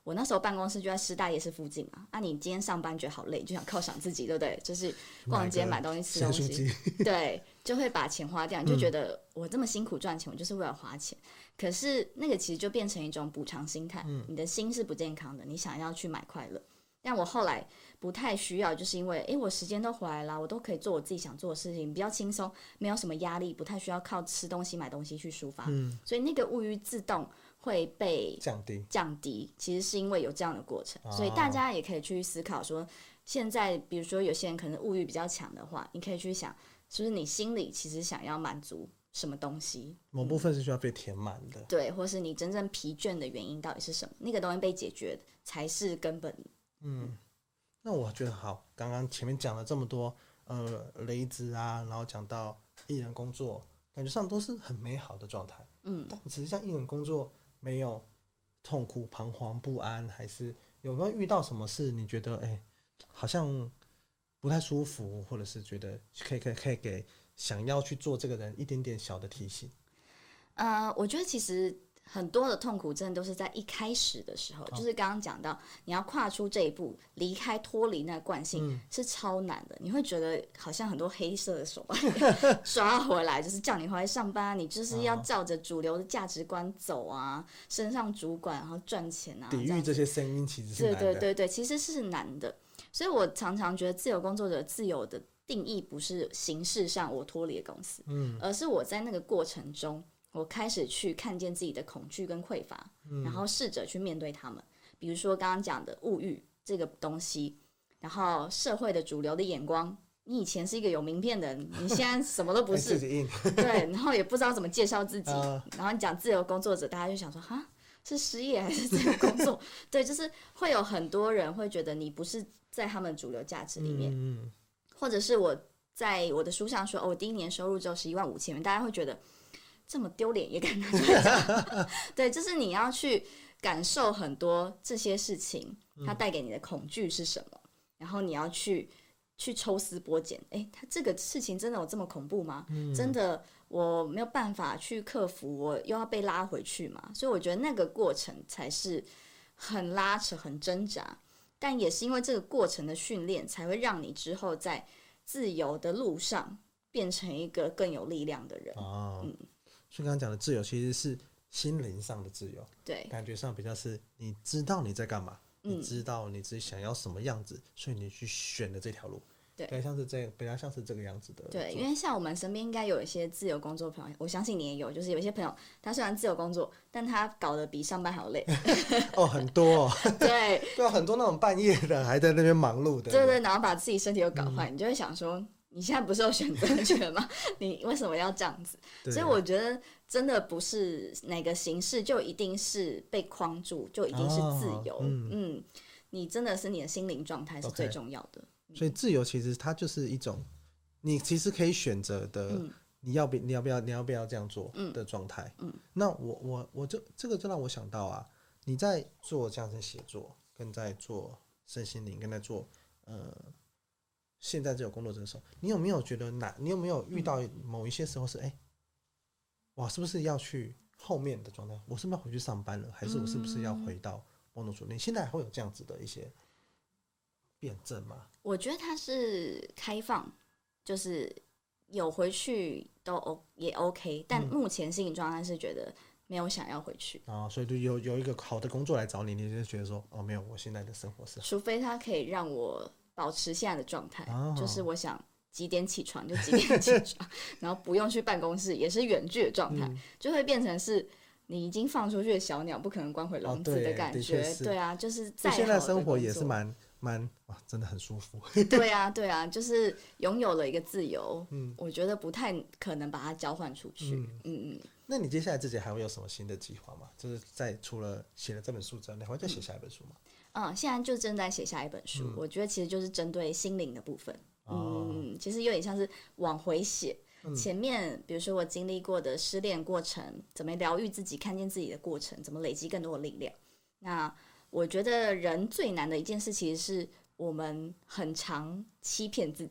我那时候办公室就在师大夜市附近嘛，啊，你今天上班觉得好累，就想犒赏自己，对不对？就是逛街买东西吃东西，对，就会把钱花掉，你就觉得我这么辛苦赚钱，我就是为了花钱。可是那个其实就变成一种补偿心态，嗯、你的心是不健康的，你想要去买快乐。但我后来不太需要，就是因为哎，我时间都回来了，我都可以做我自己想做的事情，比较轻松，没有什么压力，不太需要靠吃东西买东西去抒发，嗯、所以那个物欲自动会被降低， 降低，其实是因为有这样的过程，哦、所以大家也可以去思考说，现在比如说有些人可能物欲比较强的话，你可以去想，是不是你心里其实想要满足什么东西， 某部分是需要被填满的， 嗯，对，或是你真正疲倦的原因到底是什么？那个东西被解决才是根本。 嗯，那我觉得好，刚刚前面讲了这么多，呃，雷子啊，然后讲到艺人工作，感觉上都是很美好的状态。嗯，但其实像艺人工作没有痛苦、彷徨、不安，还是有没有遇到什么事？你觉得哎、欸，好像不太舒服，或者是觉得可以可以可以给想要去做这个人一点点小的提醒？ 呃，我觉得其实很多的痛苦真的都是在一开始的时候，哦、就是刚刚讲到你要跨出这一步，离开脱离那个惯性，嗯、是超难的。你会觉得好像很多黑色的手刷回来，就是叫你回来上班，你就是要照着主流的价值观走啊，升上主管然后赚钱啊， 抵御这些声音其实是难的。 对对对对，其实是难的。所以我常常觉得自由工作者自由的定义不是形式上我脱离了公司，嗯、而是我在那个过程中。我开始去看见自己的恐惧跟匮乏，嗯、然后试着去面对他们。比如说刚刚讲的物欲这个东西，然后社会的主流的眼光，你以前是一个有名片的人，你现在什么都不是，对，然后也不知道怎么介绍自己，呃、然后你讲自由工作者，大家就想说哈，是失业还是自由工作？对，就是会有很多人会觉得你不是在他们主流价值里面，嗯、或者是我在我的书上说，哦，我第一年收入只有十一万五千元，大家会觉得。这么丢脸也敢拿出来讲？对，就是你要去感受很多这些事情，它带给你的恐惧是什么，嗯、然后你要去去抽丝剥茧。哎，它这个事情真的有这么恐怖吗？嗯、真的我没有办法去克服，我又要被拉回去嘛？所以我觉得那个过程才是很拉扯、很挣扎，但也是因为这个过程的训练，才会让你之后在自由的路上变成一个更有力量的人。 哦、嗯。所以刚刚讲的自由其实是心灵上的自由， 对， 感觉上比较是你知道你在干嘛，嗯、你知道你自己想要什么样子，所以你去选了这条路， 对， 比较像是这比较像是这个样子的。 对，因为像我们身边应该有一些自由工作朋友，我相信你也有，就是有一些朋友他虽然自由工作，但他搞得比上班还要累。 哦，很多、哦， 对， 对啊，很多那种半夜的还在那边忙碌的， 对对，然后把自己身体又搞坏，嗯、你就会想说。你现在不是有选择权吗？你为什么要这样子？所以我觉得真的不是哪个形式就一定是被框住，就一定是自由。哦、嗯, 嗯，你真的是你的心灵状态是最重要的。 Okay. 所以自由其实它就是一种你其实可以选择的，嗯、你要不你要不要你要不要这样做的状态。嗯，那我我我就这个就让我想到啊，你在做这样的写作，跟在做身心灵，跟在做呃。现在这种工作者的时候，你有没有觉得哪？你有没有遇到某一些时候是哎、欸，哇，是不是要去后面的状态？我是不是要回去上班了？还是我是不是要回到工作组？你现在还会有这样子的一些辩证吗？ 我觉得它是开放，就是有回去都也 OK， 但目前心理状态是觉得没有想要回去啊、哦，所以就有有一个好的工作来找你，你就觉得说哦，没有，我现在的生活是， 除非它可以让我。保持现在的状态，哦、就是我想几点起床就几点起床，然后不用去办公室，也是远距的状态，嗯、就会变成是你已经放出去的小鸟，不可能关回笼子的感觉。哦、对, 对啊，就是再好的现在生活也是蛮蛮哇，真的很舒服。 对啊，对啊，就是拥有了一个自由，嗯、我觉得不太可能把它交换出去。嗯嗯嗯。 那你接下来自己还会有什么新的计划吗？就是在除了写了这本书之外，你还会再写下一本书吗？ 嗯，现在就正在写下一本书，嗯、我觉得其实就是针对心灵的部分。哦、嗯，其实有点像是往回写。嗯、前面比如说我经历过的失恋过程，怎么疗愈自己、看见自己的过程，怎么累积更多的力量。那我觉得人最难的一件事，其实是我们很常欺骗自己。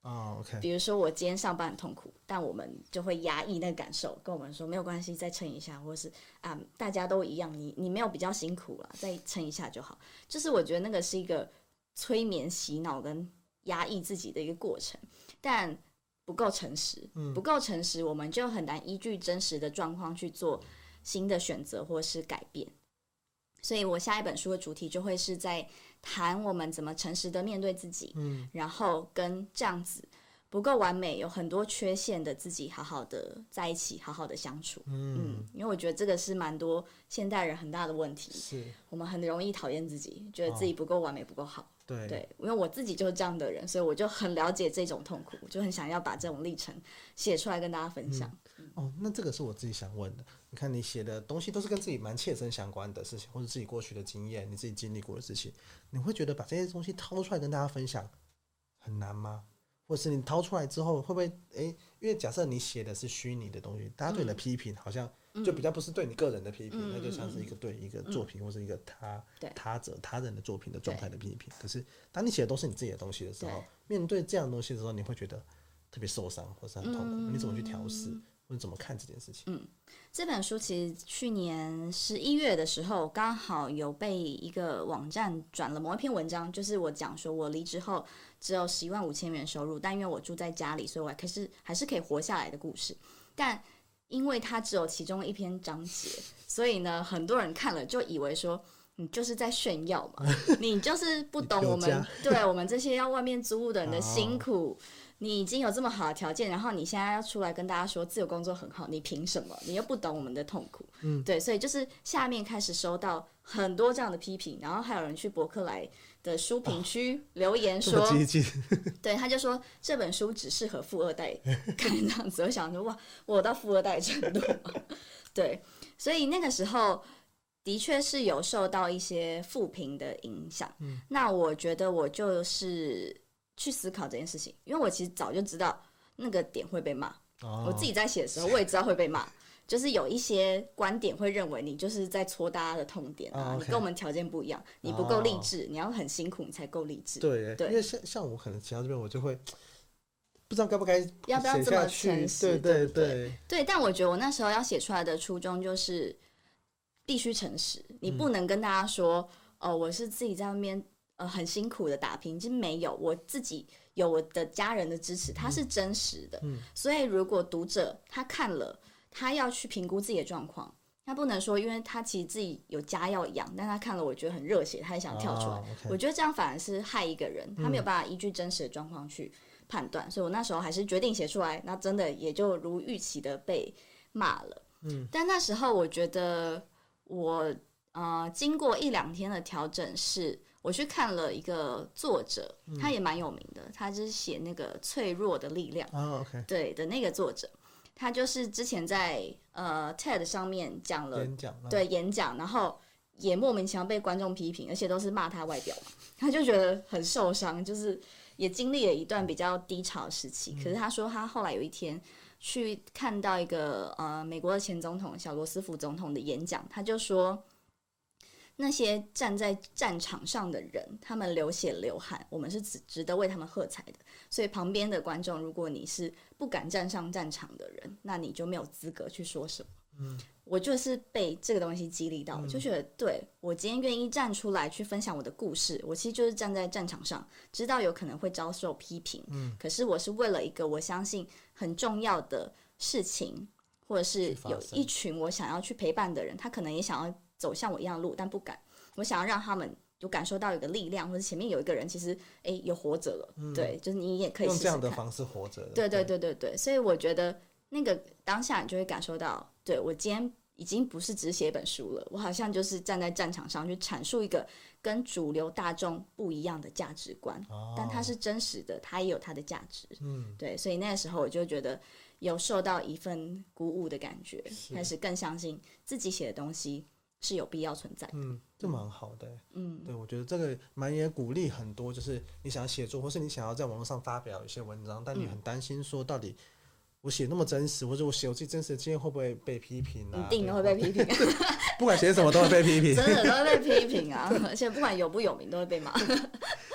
哦 ，OK， 比如说我今天上班很痛苦，但我们就会压抑那个感受，跟我们说没有关系，再撑一下，或者是啊大家都一样，你你没有比较辛苦了，再撑一下就好。就是我觉得那个是一个催眠、洗脑跟压抑自己的一个过程，但不够诚实，不够诚实，我们就很难依据真实的状况去做新的选择或是改变。所以我下一本书的主题就会是在谈我们怎么诚实的面对自己，嗯，然后跟这样子不够完美、有很多缺陷的自己好好的在一起，好好的相处，嗯, 嗯因为我觉得这个是蛮多现代人很大的问题， 是我们很容易讨厌自己，觉得自己不够完美、哦、不够好。 对, 对，因为我自己就是这样的人，所以我就很了解这种痛苦，我就很想要把这种历程写出来跟大家分享。 嗯、哦，那这个是我自己想问的。你看你写的东西都是跟自己蛮切身相关的事情，或者自己过去的经验，你自己经历过的事情，你会觉得把这些东西掏出来跟大家分享很难吗？或者是你掏出来之后会不会诶，因为假设你写的是虚拟的东西，大家对你的批评好像就比较不是对你个人的批评、嗯、那就像是一个对一个作品、嗯、或是一个他他者他人的作品的状态的批评。可是当你写的都是你自己的东西的时候，面对这样的东西的时候，你会觉得特别受伤或是很痛苦、嗯、你怎么去调试或者怎么看这件事情？ 嗯，这本书其实去年十一月的时候刚好有被一个网站转了某一篇文章，就是我讲说我离职后只有十一万五千元收入，但因为我住在家里，所以我还是还是可以活下来的故事。但因为它只有其中一篇章节，所以呢，很多人看了就以为说你就是在炫耀嘛，你就是不懂我们对我们这些要外面租屋的人的辛苦。你已经有这么好的条件，然后你现在要出来跟大家说自由工作很好，你凭什么？你又不懂我们的痛苦。嗯，对，所以就是下面开始收到很多这样的批评，然后还有人去博客来的书评区留言说， 哦、 对，他就说这本书只适合富二代看这样子。我想说，哇，我有到富二代程度吗？对，所以那个时候的确是有受到一些负评的影响。嗯，那我觉得我就是去思考这件事情，因为我其实早就知道那个点会被骂、哦、我自己在写的时候我也知道会被骂，就是有一些观点会认为你就是在戳大家的痛点啊、哦 okay、你跟我们条件不一样，你不够励志、哦、你要很辛苦你才够励志。 对, 对，因为 像, 像我可能写到这边我就会不知道该不该要不要这么诚实， 对对 对, 对, 对，但我觉得我那时候要写出来的初衷就是必须诚实，你不能跟大家说、嗯、哦，我是自己在外面呃，很辛苦的打拼，其实没有，我自己有我的家人的支持，它是真实的、嗯、所以如果读者他看了，他要去评估自己的状况，他不能说因为他其实自己有家要养，但他看了我觉得很热血，他也想跳出来、哦 okay、我觉得这样反而是害一个人，他没有办法依据真实的状况去判断、嗯、所以我那时候还是决定写出来，那真的也就如预期的被骂了、嗯、但那时候我觉得我呃，经过一两天的调整是我去看了一个作者、嗯、他也蛮有名的，他就是写那个脆弱的力量、 oh, okay. 对的那个作者，他就是之前在呃 T E D 上面讲了演讲， 对演讲，然后也莫名其妙被观众批评，而且都是骂他外表嘛，他就觉得很受伤，就是也经历了一段比较低潮的时期、嗯、可是他说他后来有一天去看到一个呃美国的前总统小罗斯福总统的演讲，他就说那些站在战场上的人，他们流血流汗，我们是值得为他们喝彩的。所以旁边的观众，如果你是不敢站上战场的人，那你就没有资格去说什么。嗯，我就是被这个东西激励到，我就觉得对，我今天愿意站出来去分享我的故事，我其实就是站在战场上，知道有可能会遭受批评，嗯，可是我是为了一个我相信很重要的事情，或者是有一群我想要去陪伴的人，他可能也想要走向我一样的路，但不敢。我想要让他们有感受到有个力量，或者前面有一个人其实诶有活着了、嗯、对，就是你也可以试试看用这样的方式活着。 对对对对对，所以我觉得那个当下你就会感受到，对，我今天已经不是只写一本书了，我好像就是站在战场上去阐述一个跟主流大众不一样的价值观、哦、但它是真实的，它也有它的价值。嗯，对，所以那个时候我就觉得有受到一份鼓舞的感觉，开始更相信自己写的东西是有必要存在的。 嗯，这蛮好的。嗯，对，我觉得这个蛮也鼓励很多，就是你想要写作，或是你想要在网络上发表一些文章，但你很担心说到底我写那么真实，或者我写我自己真实的经验会不会被批评啊？ 一定会被批评、啊， 不管写什么都会被批评， 真的都会被批评啊！而且不管有不有名都会被骂。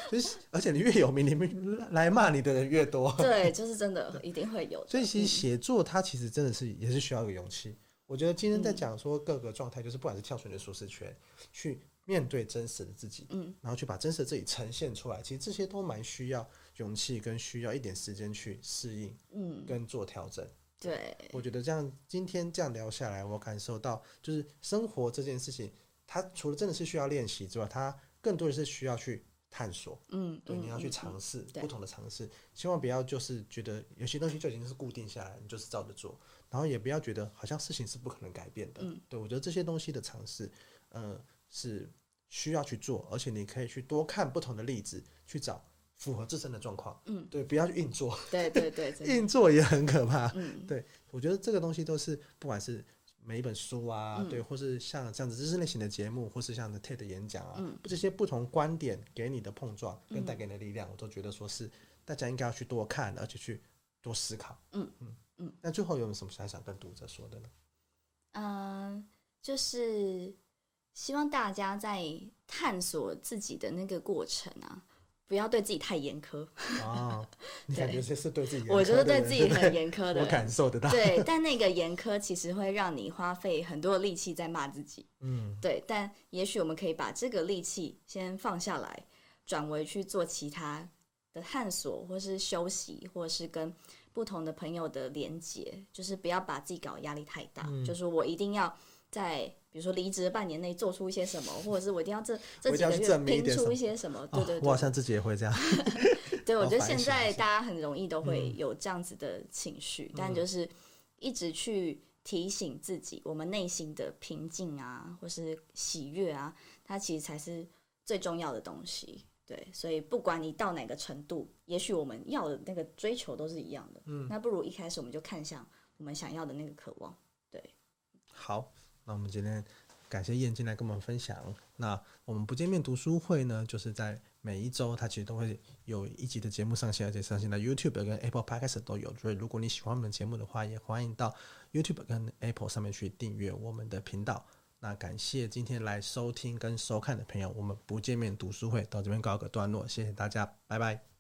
就是而且你越有名，你们来骂你的人越多。 对，就是真的一定会有的。 所以其实写作它其实真的是也是需要一个勇气。我觉得今天在讲说各个状态，就是不管是跳出你的舒适圈，去面对真实的自己，嗯，然后去把真实的自己呈现出来，其实这些都蛮需要勇气，跟需要一点时间去适应，嗯，跟做调整。 对， 我觉得这样今天这样聊下来，我感受到就是生活这件事情，它除了真的是需要练习之外，它更多的是需要去探索。嗯，对，你要去尝试不同的尝试，千万不要就是觉得有些东西就已经是固定下来，你就是照着做，然后也不要觉得好像事情是不可能改变的。嗯，对，我觉得这些东西的尝试，呃，是需要去做，而且你可以去多看不同的例子，去找符合自身的状况。嗯，对，不要去硬做。 对对对， 硬做也很可怕。嗯，对，我觉得这个东西都是不管是每一本书啊，嗯、对，或是像这样子知识类型的节目，或是像的 T E D 演讲啊，嗯、这些不同观点给你的碰撞跟带给你的力量，嗯、我都觉得说是大家应该要去多看，而且去多思考。嗯嗯嗯。那最后有没有什么想想跟读者说的呢？ 嗯、呃，就是希望大家在探索自己的那个过程啊，不要对自己太严苛。 哦，你感觉这是对自己严苛的人？ 我觉得对自己很严苛的， 我感受得到。 对，但那个严苛其实会让你花费很多的力气在骂自己。嗯，对。但也许我们可以把这个力气先放下来，转为去做其他的探索，或是休息，或是跟不同的朋友的连结，就是不要把自己搞得压力太大。嗯、就是我一定要在比如说离职的半年内做出一些什么，或者是我一定要这这几个月拼出一些什么。对对对， 我好像自己也会这样。 对，我觉得现在大家很容易都会有这样子的情绪，嗯、但就是一直去提醒自己，我们内心的平静啊，或是喜悦啊，它其实才是最重要的东西。对，所以不管你到哪个程度，也许我们要的那个追求都是一样的。嗯，那不如一开始我们就看向我们想要的那个渴望。对， 好，那我们今天感谢燕进来跟我们分享。那我们不见面读书会呢，就是在每一周它其实都会有一集的节目上线，而且上线到 YouTube 跟 Apple Podcast 都有。所以如果你喜欢我们的节目的话，也欢迎到 YouTube 跟 Apple 上面去订阅我们的频道。那感谢今天来收听跟收看的朋友，我们不见面读书会到这边告个段落，谢谢大家，拜拜。